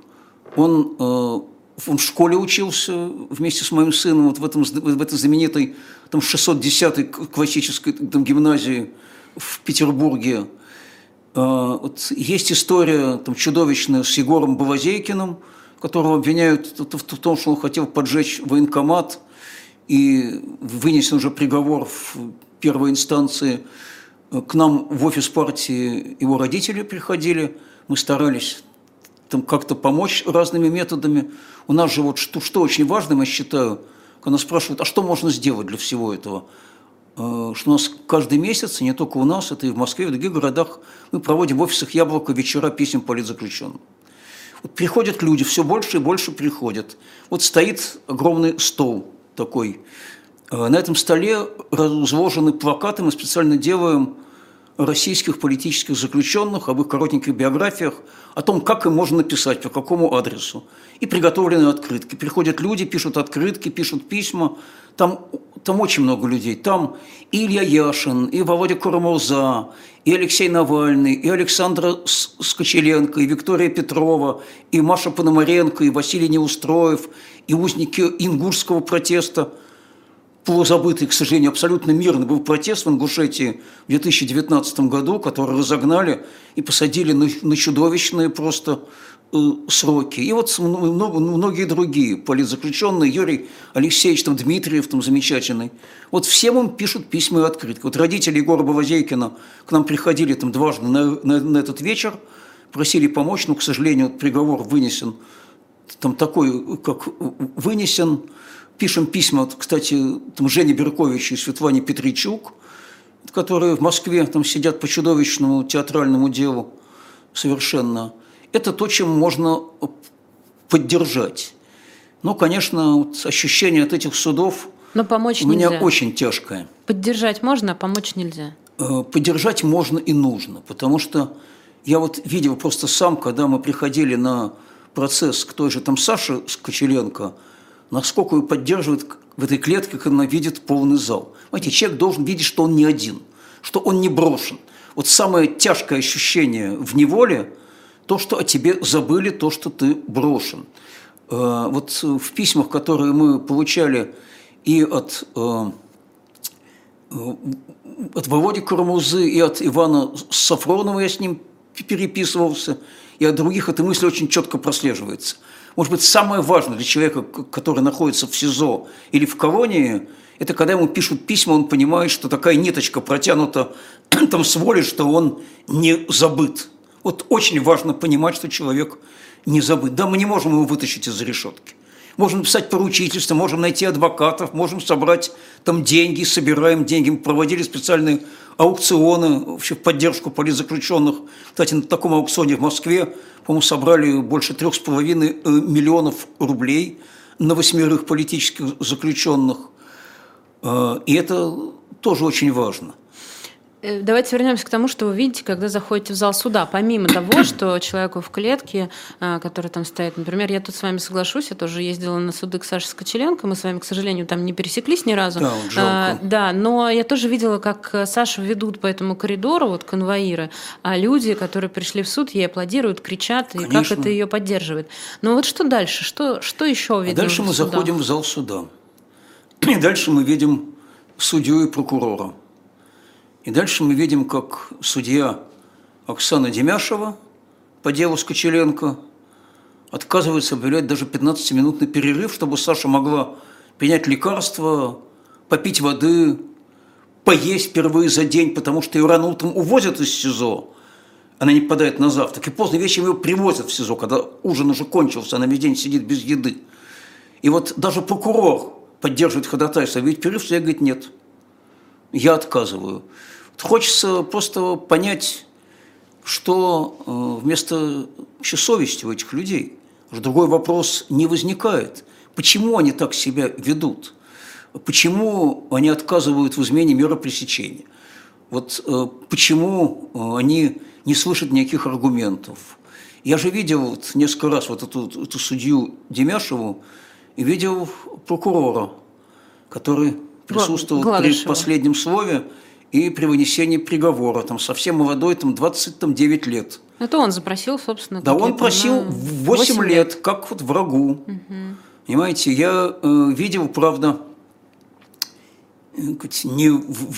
он в школе учился вместе с моим сыном вот в этой знаменитой там, 610-й классической там, гимназии в Петербурге. Вот есть история там, чудовищная с Егором Балазейкиным, которого обвиняют в том, что он хотел поджечь военкомат, и вынесен уже приговор в первой инстанции. К нам в офис партии его родители приходили, мы старались там как-то помочь разными методами. У нас же вот что очень важно, я считаю, когда нас спрашивают, а что можно сделать для всего этого? Что у нас каждый месяц, и не только у нас, это и в Москве, и в других городах, мы проводим в офисах «Яблоко» вечера писем политзаключенным. Вот приходят люди, все больше и больше приходят. Вот стоит огромный стол такой. На этом столе разложены плакаты, мы специально делаем российских политических заключенных, об их коротеньких биографиях, о том, как им можно написать, по какому адресу. И приготовлены открытки. Приходят люди, пишут открытки, пишут письма. Там очень много людей. Там и Илья Яшин, и Володя Карамурза, и Алексей Навальный, и Александра Скочеленко, и Виктория Петрова, и Маша Пономаренко, и Василий Неустроев, и узники ингушского протеста. Полузабытый, к сожалению, абсолютно мирный был протест в Ингушетии в 2019 году, который разогнали и посадили на чудовищные просто сроки. И вот многие другие политзаключенные, Юрий Алексеевич там, Дмитриев там, замечательный. Вот всем им пишут письма и открытки. Вот родители Егора Балазейкина к нам приходили там, дважды на этот вечер, просили помочь, но, к сожалению, приговор вынесен, там такой, как вынесен. Пишем письма, кстати, там, Жене Берковичу и Светлане Петричук, которые в Москве там, сидят по чудовищному театральному делу совершенно. Это то, чем можно поддержать. Но, конечно, вот ощущение от этих судов но помочь у меня нельзя. Очень тяжкое. Поддержать можно, а помочь нельзя. Поддержать можно и нужно, потому что я вот видел просто сам, когда мы приходили на процесс к той же там Саше Скочеленко, насколько его поддерживает в этой клетке, когда она видит полный зал. Понимаете, человек должен видеть, что он не один, что он не брошен. Вот самое тяжкое ощущение в неволе – то, что о тебе забыли, то, что ты брошен. Вот в письмах, которые мы получали и от Володи Карамурзы, и от Ивана Сафронова, я с ним переписывался, и от других эта мысль очень четко прослеживается. Может быть, самое важное для человека, который находится в СИЗО или в колонии, это когда ему пишут письма, он понимает, что такая ниточка протянута там с волей, что он не забыт. Вот очень важно понимать, что человек не забыт. Да, мы не можем его вытащить из решетки. Можем написать поручительство, можем найти адвокатов, можем собрать там деньги, собираем деньги. Мы проводили специальные аукционы вообще в поддержку политзаключенных. Кстати, на таком аукционе в Москве, по-моему, собрали больше 3,5 миллионов рублей на 8 политических заключенных. И это тоже очень важно. Давайте вернемся к тому, что вы видите, когда заходите в зал суда. Помимо того, что человеку в клетке, который там стоит, например, я тут с вами соглашусь, я тоже ездила на суды к Саше Скочеленко, мы с вами, к сожалению, там не пересеклись ни разу. Да, вот жалко. Да, но я тоже видела, как Сашу ведут по этому коридору, вот конвоиры, а люди, которые пришли в суд, ей аплодируют, кричат, и Конечно. как это ее поддерживает. Но вот что дальше? Что еще видно? Дальше мы заходим в зал суда. И дальше мы видим судью и прокурора. И дальше мы видим, как судья Оксана Демяшева по делу Скочеленко отказывается объявлять даже 15-минутный перерыв, чтобы Саша могла принять лекарства, попить воды, поесть впервые за день, потому что ее рано утром увозят из СИЗО, она не попадает на завтрак, и поздно вечером ее привозят в СИЗО, когда ужин уже кончился, она весь день сидит без еды. И вот даже прокурор поддерживает ходатайство, ведь перерыв, судья говорит, нет, я отказываю. Хочется просто понять, что вместо вообще совести у этих людей. Другой вопрос не возникает. Почему они так себя ведут? Почему они отказывают в измене меры пресечения? Вот почему они не слышат никаких аргументов? Я же видел вот несколько раз вот эту судью Демяшеву и видел прокурора, который присутствовал при последнем слове и при вынесении приговора, там совсем молодой, там 29 лет. Это он запросил, собственно. Да, он просил 8 лет, как вот врагу. Понимаете, я видел, правда, не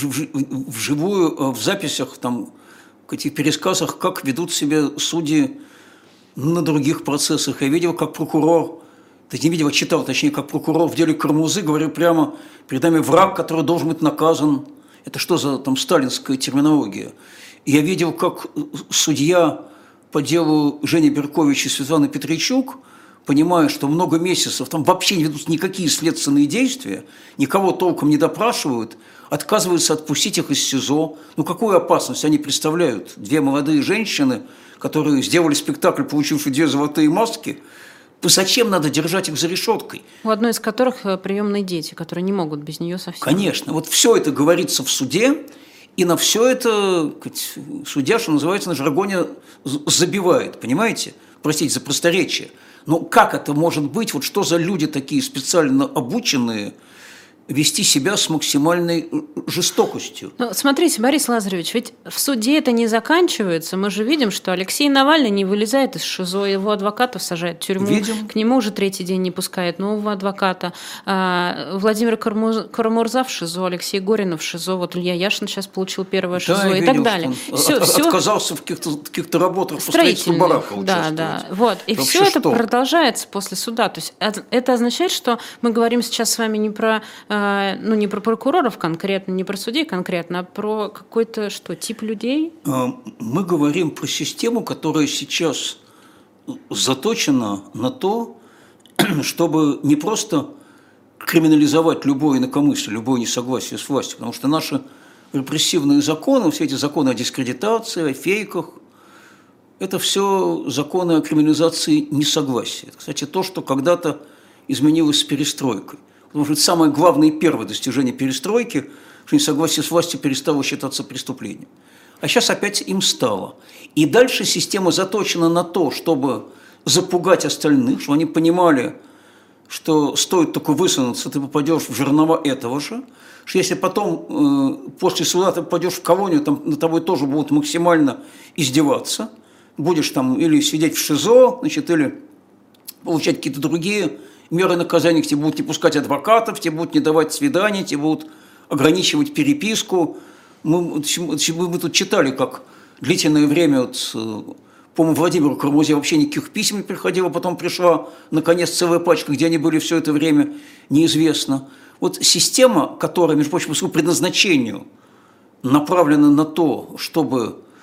вживую, в записях, там, в этих пересказах, как ведут себя судьи на других процессах. Я видел, как прокурор, не видел, а читал, точнее, как прокурор в деле Кармурзы говорил прямо, перед нами враг, который должен быть наказан. Это что за там сталинская терминология? И я видел, как судья по делу Жени Беркович и Светланы Петричук, понимая, что много месяцев там вообще не ведут никакие следственные действия, никого толком не допрашивают, отказываются отпустить их из СИЗО. Ну какую опасность они представляют? Две молодые женщины, которые сделали спектакль, получившие 2 золотые маски. Зачем надо держать их за решеткой? У одной из которых приемные дети, которые не могут без нее совсем. Конечно. Вот все это говорится в суде, и на все это судья, что называется, на жаргоне забивает, понимаете? Простите за просторечие. Но как это может быть? Вот что за люди такие специально обученные вести себя с максимальной жестокостью? Ну, смотрите, Борис Лазаревич, ведь в суде это не заканчивается. Мы же видим, что Алексей Навальный не вылезает из ШИЗО, его адвокатов сажают в тюрьму. Видим. К нему уже 3-й день не пускает нового адвоката. Владимир Карамурза в ШИЗО, Алексей Горинов в ШИЗО, вот Илья Яшин сейчас получил первое ШИЗО, да, и так далее. Отказался в каких-то работах по строительству барака участвовать. Да. Вот. И все это продолжается после суда. То есть это означает, что мы говорим сейчас с вами не про прокуроров конкретно, не про судей конкретно, а про какой-то тип людей? Мы говорим про систему, которая сейчас заточена на то, чтобы не просто криминализовать любое инакомыслие, любое несогласие с властью, потому что наши репрессивные законы, все эти законы о дискредитации, о фейках, это все законы о криминализации несогласия. Это, кстати, то, что когда-то изменилось с перестройкой. Потому что это самое главное и первое достижение перестройки, что несогласие с властью перестало считаться преступлением. А сейчас опять им стало. И дальше система заточена на то, чтобы запугать остальных, чтобы они понимали, что стоит только высунуться, ты попадешь в жернова этого же, что если потом после суда ты попадешь в колонию, там над тобой тоже будут максимально издеваться, будешь там или сидеть в ШИЗО, или получать какие-то другие меры наказания, тебе будут не пускать адвокатов, тебе будут не давать свиданий, тебе будут ограничивать переписку. Мы тут читали, как длительное время, по-моему, Владимиру Карамурзе вообще никаких писем не приходило, потом пришла, наконец, целая пачка, где они были все это время, неизвестно. Вот система, которая, между прочим, по своему предназначению направлена на то, чтобы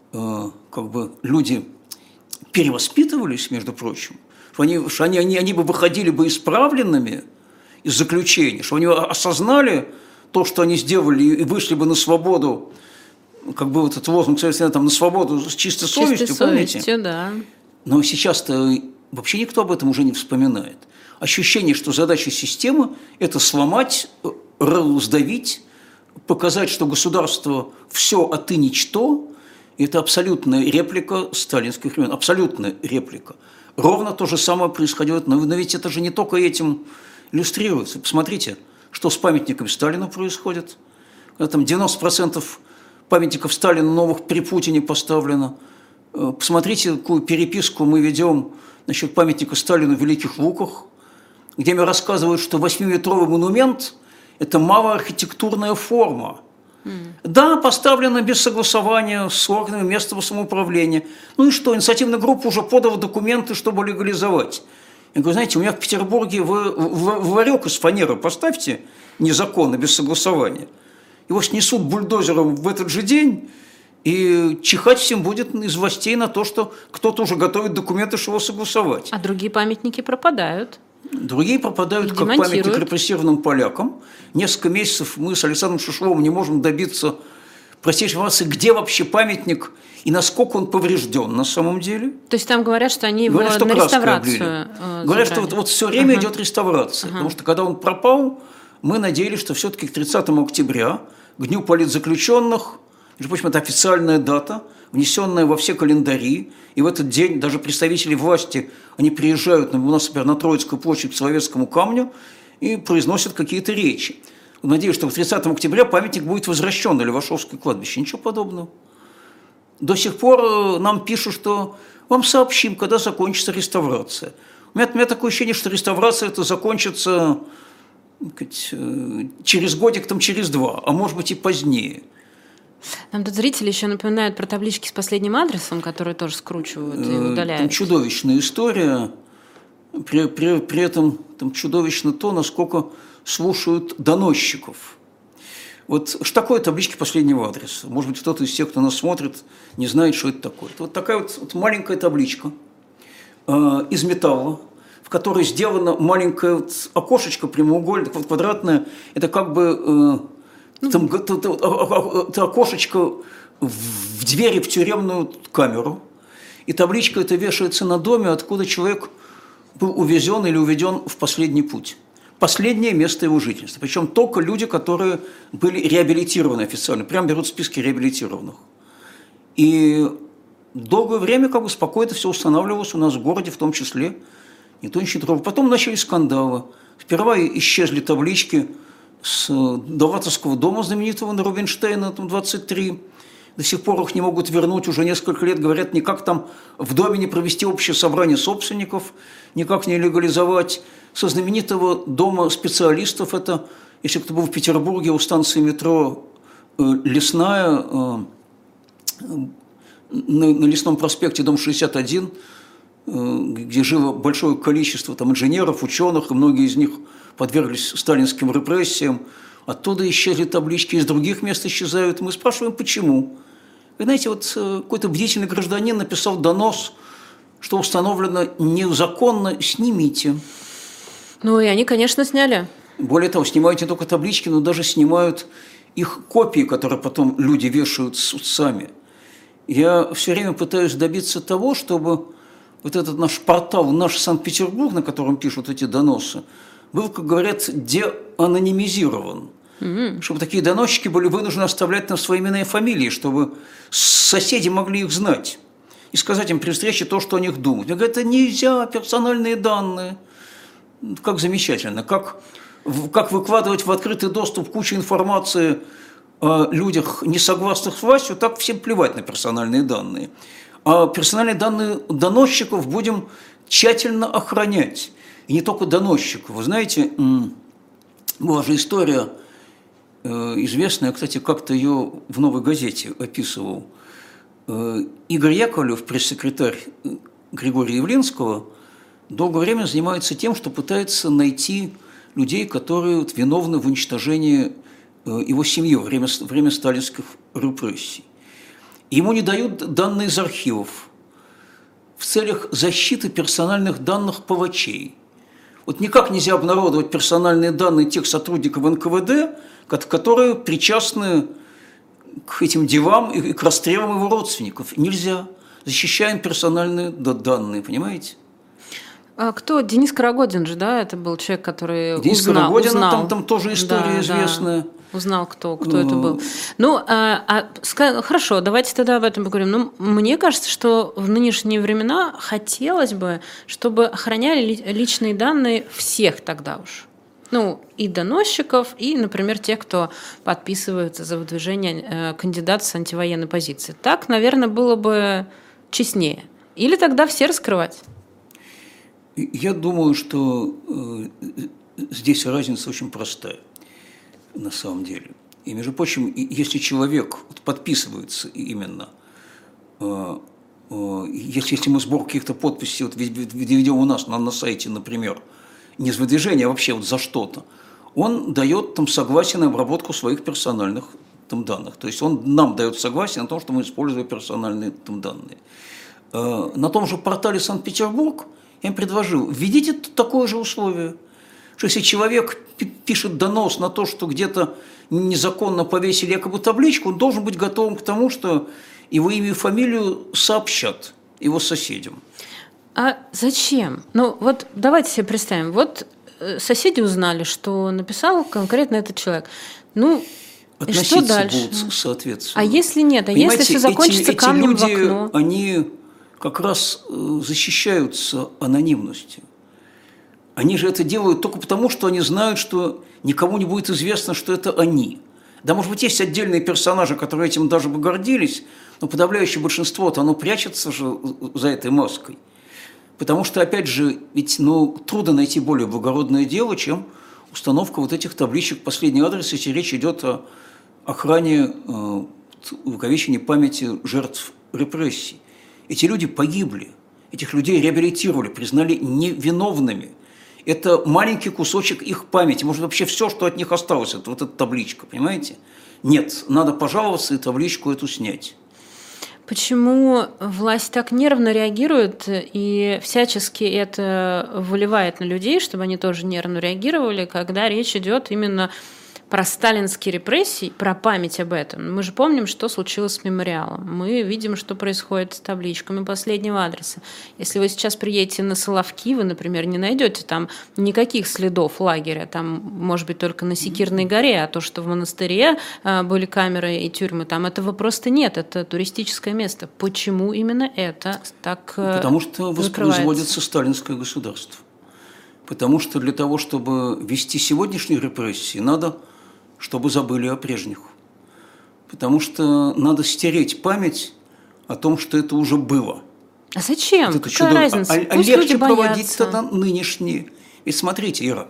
как бы люди перевоспитывались, между прочим, что они бы выходили бы исправленными из заключения, что они осознали то, что они сделали, и вышли бы на свободу, как бы вот этот лозунг, там, на свободу с чистой совестью, помните? Да. Но сейчас-то вообще никто об этом уже не вспоминает. Ощущение, что задача системы – это сломать, сдавить, показать, что государство все, а ты ничто. Это абсолютная реплика сталинских времен, абсолютная реплика. Ровно то же самое происходило, но ведь это же не только этим иллюстрируется. Посмотрите, что с памятниками Сталину происходит. Когда там 90% памятников Сталину новых при Путине поставлено. Посмотрите, какую переписку мы ведем насчет памятника Сталину в Великих Луках, где мне рассказывают, что 8-метровый монумент – это малоархитектурная форма. Да, поставлено без согласования с органами местного самоуправления. Ну и что, инициативная группа уже подала документы, чтобы легализовать. Я говорю, знаете, у меня в Петербурге вы ларек из фанеры поставьте незаконно, без согласования. Его снесут бульдозером в этот же день, и чихать всем будет из властей на то, что кто-то уже готовит документы, чтобы его согласовать. А другие памятники пропадают. Другие пропадают как памятник репрессированным полякам. Несколько месяцев мы с Александром Шишовым не можем добиться простейшей информации, где вообще памятник и насколько он поврежден на самом деле. То есть там говорят, что они его на реставрацию говорят, что вот все время идет реставрация. Потому что когда он пропал, мы надеялись, что все-таки к 30 октября, к Дню политзаключенных, между прочим, это официальная дата, внесенная во все календари, и в этот день даже представители власти, они приезжают у нас, например, на Троицкую площадь к Соловецкому камню и произносят какие-то речи. Надеюсь, что к 30 октября памятник будет возвращен на Левашовское кладбище. Ничего подобного. До сих пор нам пишут, что вам сообщим, когда закончится реставрация. У меня такое ощущение, что реставрация это закончится через годик, там, через 2, а может быть и позднее. Нам тут зрители еще напоминают про таблички с последним адресом, которые тоже скручивают и удаляют. Там чудовищная история. При этом там чудовищно то, насколько слушают доносчиков. Вот что такое таблички последнего адреса? Может быть, кто-то из тех, кто нас смотрит, не знает, что это такое. Это вот такая вот маленькая табличка из металла, в которой сделано маленькое окошечко прямоугольное, квадратное. Это как бы это окошечко в двери в тюремную камеру. И табличка эта вешается на доме, откуда человек был увезен или уведен в последний путь. Последнее место его жительства. Причем только люди, которые были реабилитированы официально. Прям берут списки реабилитированных. И долгое время как бы спокойно все устанавливалось у нас в городе, в том числе. Никто ничего не трогал. Потом начались скандалы. Сперва исчезли таблички с Довлатовского дома знаменитого на Рубинштейна, там 23. До сих пор их не могут вернуть, уже несколько лет говорят, никак там в доме не провести общее собрание собственников, никак не легализовать. Со знаменитого дома специалистов, это, если кто был в Петербурге, у станции метро Лесная, на Лесном проспекте, дом 61, где жило большое количество там, инженеров, ученых, и многие из них подверглись сталинским репрессиям. Оттуда исчезли таблички, из других мест исчезают. Мы спрашиваем, почему. Вы знаете, вот какой-то бдительный гражданин написал донос, что установлено незаконно, снимите. Ну, и они, конечно, сняли. Более того, снимают не только таблички, но даже снимают их копии, которые потом люди вешают сами. Я все время пытаюсь добиться того, чтобы вот этот наш портал, наш Санкт-Петербург, на котором пишут эти доносы, был, как говорят, деанонимизирован. Чтобы такие доносчики были вынуждены оставлять нам свои имена и фамилии, чтобы соседи могли их знать и сказать им при встрече то, что о них думают. Я говорю, это нельзя, персональные данные. Как замечательно, как выкладывать в открытый доступ кучу информации о людях, не согласных с властью, так всем плевать на персональные данные. А персональные данные доносчиков будем тщательно охранять. И не только доносчиков. Вы знаете, была же история известная, кстати, как-то ее в «Новой газете» описывал. Игорь Яковлев, пресс-секретарь Григория Явлинского, долгое время занимается тем, что пытается найти людей, которые виновны в уничтожении его семьи во время сталинских репрессий. Ему не дают данные из архивов в целях защиты персональных данных палачей. Вот никак нельзя обнародовать персональные данные тех сотрудников НКВД, которые причастны к этим делам и к расстрелам его родственников. Нельзя. Защищаем персональные данные, понимаете? А кто? Денис Карагодин же, да? Это был человек, который Денис Карагодин, там тоже история известная. Да. Узнал, кто это был. Ну, хорошо, давайте тогда об этом поговорим. Ну, мне кажется, что в нынешние времена хотелось бы, чтобы охраняли личные данные всех тогда уж. Ну, и доносчиков, и, например, тех, кто подписывается за выдвижение кандидата с антивоенной позиции. Так, наверное, было бы честнее. Или тогда все раскрывать? Я думаю, что здесь разница очень простая. На самом деле. И, между прочим, если человек подписывается именно, если мы сбор каких-то подписей ведем у нас на сайте, например, не за выдвижение, а вообще за что-то, он дает там согласие на обработку своих персональных данных. То есть он нам дает согласие на том, что мы используем персональные данные. На том же портале Санкт-Петербург я им предложил, введите такое же условие, что если человек пишет донос на то, что где-то незаконно повесили якобы табличку, он должен быть готовым к тому, что его имя и фамилию сообщат его соседям. А зачем? Ну вот давайте себе представим, вот соседи узнали, что написал конкретно этот человек. Ну, и что дальше? Будут соответственно. А если нет? А понимаете, если все закончится камнем в окно? Эти люди, они как раз защищаются анонимностью. Они же это делают только потому, что они знают, что никому не будет известно, что это они. Да, может быть, есть отдельные персонажи, которые этим даже бы гордились, но подавляющее большинство-то оно прячется же за этой маской. Потому что, опять же, ведь трудно найти более благородное дело, чем установка вот этих табличек «Последний адрес», если речь идет о охране, увековечении памяти жертв репрессий. Эти люди погибли, этих людей реабилитировали, признали невиновными. Это маленький кусочек их памяти, может, вообще все, что от них осталось, это вот эта табличка, понимаете? Нет, надо пожаловаться и табличку эту снять. Почему власть так нервно реагирует и всячески это выливает на людей, чтобы они тоже нервно реагировали, когда речь идет именно про сталинские репрессии, про память об этом? Мы же помним, что случилось с мемориалом. Мы видим, что происходит с табличками последнего адреса. Если вы сейчас приедете на Соловки, вы, например, не найдете там никаких следов лагеря. Там, может быть, только на Секирной горе, а то, что в монастыре были камеры и тюрьмы, там этого просто нет. Это туристическое место. Почему именно это так Потому что воспроизводится сталинское государство. Потому что для того, чтобы вести сегодняшние репрессии, надо, чтобы забыли о прежних. Потому что надо стереть память о том, что это уже было. А зачем? Вот какая разница? Пусть легче люди проводить боятся. тогда нынешние. Ведь смотрите, Ира,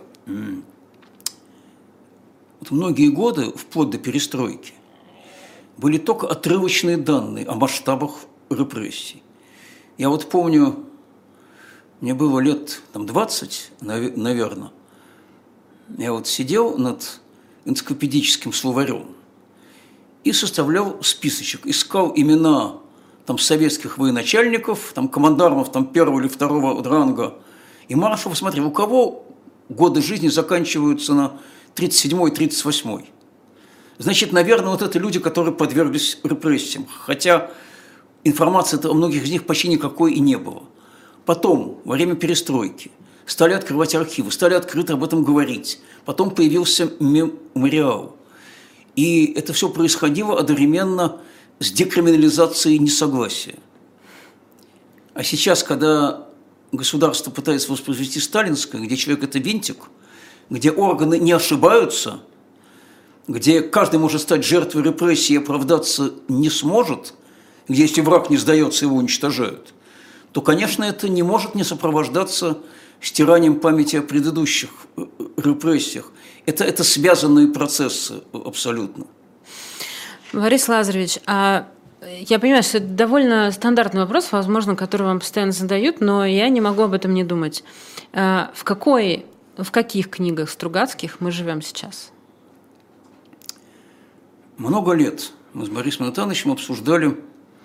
вот многие годы, вплоть до перестройки, были только отрывочные данные о масштабах репрессий. Я вот помню, мне было лет 20, наверное, я вот сидел над энциклопедическим словарем и составлял списочек, искал имена советских военачальников, командармов первого или второго ранга и маршалов. Смотри, у кого годы жизни заканчиваются на 37-й, 38-й. Значит, наверное, вот это люди, которые подверглись репрессиям. Хотя информации о многих из них почти никакой и не было. Потом, во время перестройки, стали открывать архивы, стали открыто об этом говорить. Потом появился мемориал. И это все происходило одновременно с декриминализацией несогласия. А сейчас, когда государство пытается воспроизвести сталинское, где человек – это винтик, где органы не ошибаются, где каждый может стать жертвой репрессий и оправдаться не сможет, где если враг не сдается, его уничтожают, то, конечно, это не может не сопровождаться стиранием памяти о предыдущих репрессиях. Это связанные процессы абсолютно. Борис Лазаревич, я понимаю, что это довольно стандартный вопрос, возможно, который вам постоянно задают, но я не могу об этом не думать. В каких книгах Стругацких мы живем сейчас? Много лет мы с Борисом Натановичем обсуждали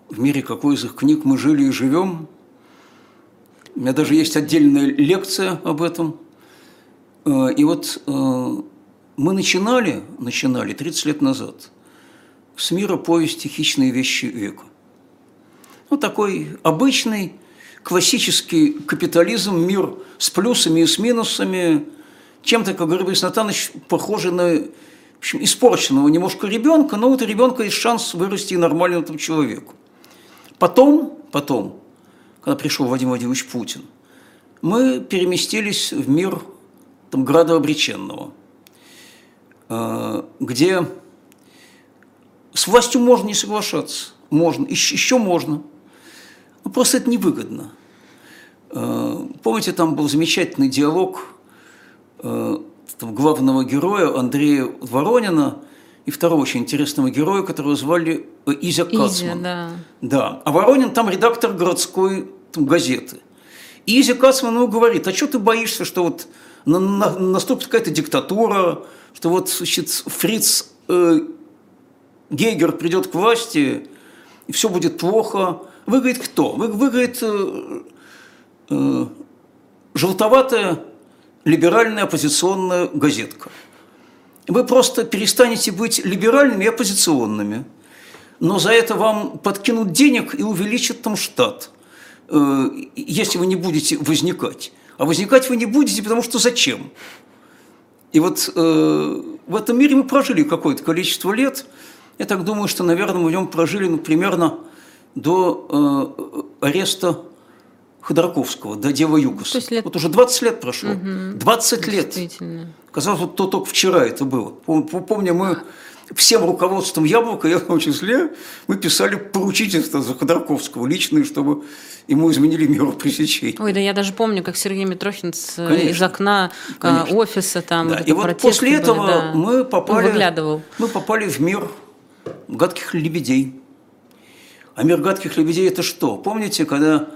в мире, какой из их книг мы жили и живем. У меня даже есть отдельная лекция об этом. И вот мы начинали 30 лет назад с мира повести «Хищные вещи века». Ну, такой обычный, классический капитализм, мир с плюсами и с минусами, чем-то, как говорит Борис Натанович, похожий на, в общем, испорченного немножко ребенка, но вот у ребенка есть шанс вырасти нормальному человеку. Потом, когда пришел Владимир Владимирович Путин, мы переместились в мир градообреченного, где с властью можно не соглашаться, можно, еще можно, но просто это невыгодно. Помните, там был замечательный диалог главного героя Андрея Воронина и второго очень интересного героя, которого звали Изя Кацман. Да. А Воронин там редактор городской газеты. И Изя Кацман ему говорит: а что ты боишься, что вот наступит какая-то диктатура, что вот, значит, Фриц Гейгер придет к власти, и все будет плохо. Вы, говорит, кто? Вы говорит, желтоватая либеральная оппозиционная газетка. Вы просто перестанете быть либеральными и оппозиционными, но за это вам подкинут денег и увеличат там штат, если вы не будете возникать. А возникать вы не будете, потому что зачем? И вот в этом мире мы прожили какое-то количество лет. Я так думаю, что, наверное, мы в нем прожили примерно до ареста Ходорковского, до Дела Юкоса. Вот уже 20 лет прошло. 20 лет. Казалось, вот то только вчера это было. Помню, мы всем руководством «Яблока», я в том числе, мы писали поручительство за Ходорковского личное, чтобы ему изменили меру пресечения. Ой, да я даже помню, как Сергей Митрохин из окна офиса там. Да. И вот после этого мы попали в мир гадких лебедей. А мир гадких лебедей – это что? Помните, когда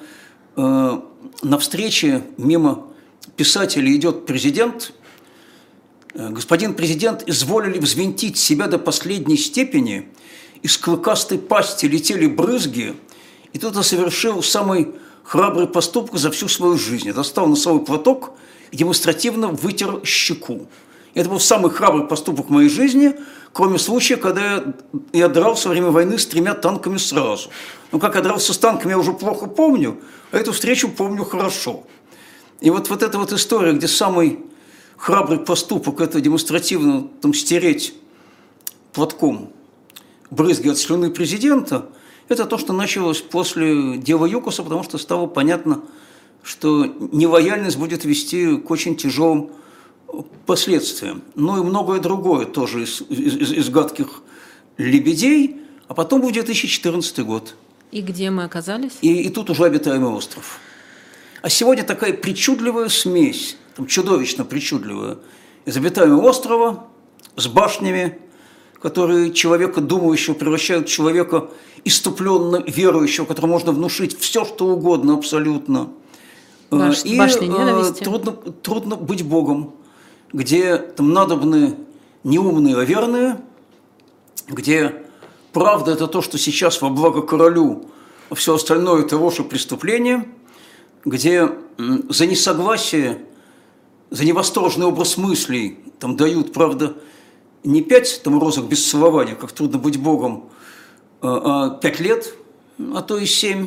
на встрече мимо писателя идет президент, господин президент, изволили взвинтить себя до последней степени, из клыкастой пасти летели брызги, и кто-то совершил самый храбрый поступок за всю свою жизнь. Достал носовой платок и демонстративно вытер щеку. Это был самый храбрый поступок в моей жизни, кроме случая, когда я дрался во время войны с 3 танками сразу. Но как я дрался с танками, я уже плохо помню, а эту встречу помню хорошо. И вот эта вот история, где самый храбрый поступок – это демонстративно стереть платком брызги от слюны президента, это то, что началось после дела Юкоса, потому что стало понятно, что нелояльность будет вести к очень тяжелым последствиям. Ну и многое другое тоже из гадких лебедей. А потом был 2014 год. И где мы оказались? И тут уже обитаемый остров. А сегодня такая причудливая смесь, чудовищно причудливая, из обитаемого острова с башнями, которые человека думающего превращают в человека иступленно верующего, которому можно внушить все, что угодно абсолютно. Башни ненависти. Трудно быть Богом, где там надобны не умные, а верные, где правда – это то, что сейчас во благо королю, а все остальное – это ложь и преступление, где за несогласие, за невосторженный образ мыслей там дают, правда, не 5 розок без целования, как трудно быть Богом, а 5 лет, а то и 7,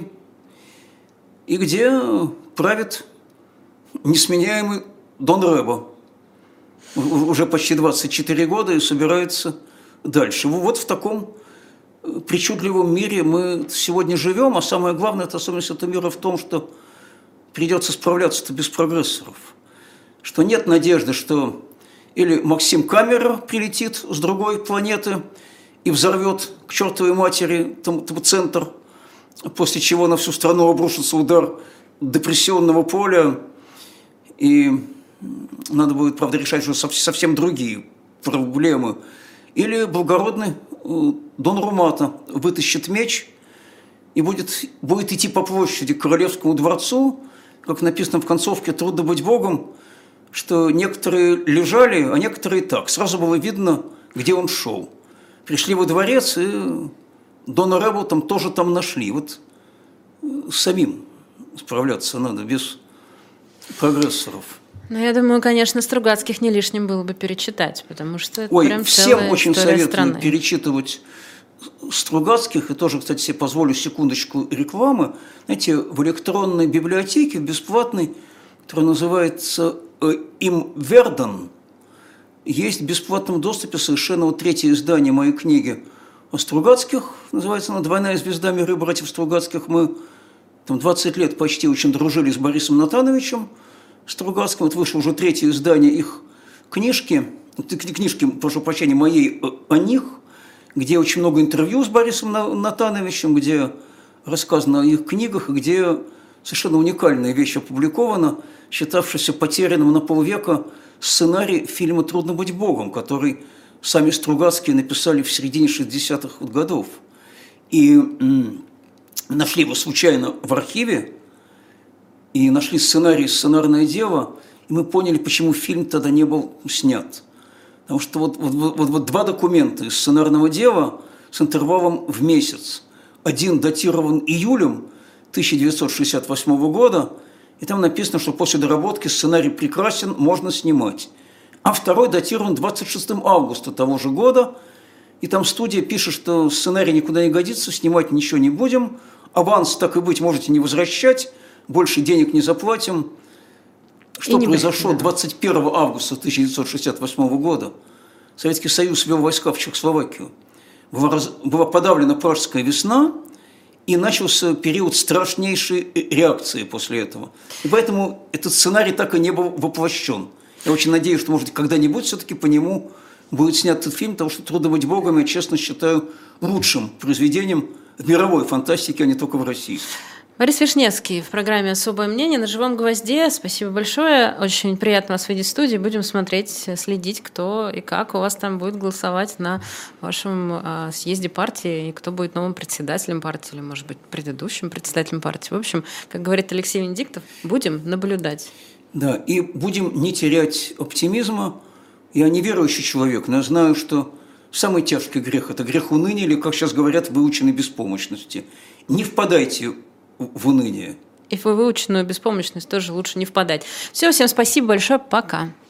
и где правит несменяемый Дон Рэбо, уже почти 24 года и собирается дальше. Вот в таком причудливом мире мы сегодня живем, а самое главное, это особенность этого мира в том, что придется справляться-то без прогрессоров, что нет надежды, что или Максим Камерер прилетит с другой планеты и взорвет к чертовой матери центр, после чего на всю страну обрушится удар депрессионного поля, и надо будет, правда, решать уже совсем другие проблемы. Или благородный Дон Румата вытащит меч и будет идти по площади к Королевскому дворцу, как написано в концовке «Трудно быть Богом», что некоторые лежали, а некоторые так. Сразу было видно, где он шел. Пришли во дворец и Дона Ребу там тоже там нашли. Вот самим справляться надо, без прогрессоров. Ну, я думаю, конечно, Стругацких не лишним было бы перечитать, потому что это прям всем целая очень история советую страны. перечитывать Стругацких, и тоже, кстати, себе позволю секундочку рекламы. Знаете, в электронной библиотеке бесплатной, которая называется «Им Верден», есть в бесплатном доступе совершенно вот третье издание моей книги о Стругацких, называется она «Двойная звезда мира братьев Стругацких». Мы там 20 лет почти очень дружили с Борисом Натановичем Стругацким. Вот вышло уже третье издание их книжки, прошу прощения, моей о них, где очень много интервью с Борисом Натановичем, где рассказано о их книгах, и где совершенно уникальная вещь опубликована, считавшаяся потерянным на полвека сценарий фильма «Трудно быть Богом», который сами Стругацкие написали в середине 60-х годов. И нашли его случайно в архиве, и нашли сценарий «Сценарное дело», и мы поняли, почему фильм тогда не был снят. Потому что вот два документа из «Сценарного дела» с интервалом в месяц. Один датирован июлем 1968 года, и там написано, что после доработки сценарий прекрасен, можно снимать. А второй датирован 26 августа того же года, и там студия пишет, что сценарий никуда не годится, снимать ничего не будем, аванс, так и быть, можете не возвращать, больше денег не заплатим. Что произошло 21 августа 1968 года? Советский Союз ввел войска в Чехословакию. Была подавлена Пражская весна, и начался период страшнейшей реакции после этого. И поэтому этот сценарий так и не был воплощен. Я очень надеюсь, что, может, когда-нибудь все-таки по нему будет снят этот фильм, потому что «Трудно быть Богом» я, честно, считаю лучшим произведением в мировой фантастике, а не только в России. Борис Вишневский в программе «Особое мнение» на «Живом гвозде». Спасибо большое. Очень приятно вас видеть в студии. Будем смотреть, следить, кто и как у вас там будет голосовать на вашем съезде партии, и кто будет новым председателем партии, или, может быть, предыдущим председателем партии. В общем, как говорит Алексей Венедиктов, будем наблюдать. Да, и будем не терять оптимизма. Я не верующий человек, но я знаю, что самый тяжкий грех – это грех уныния, или, как сейчас говорят, выученной беспомощности. Не впадайте в уныние. И в выученную беспомощность тоже лучше не впадать. Все, всем спасибо большое, пока.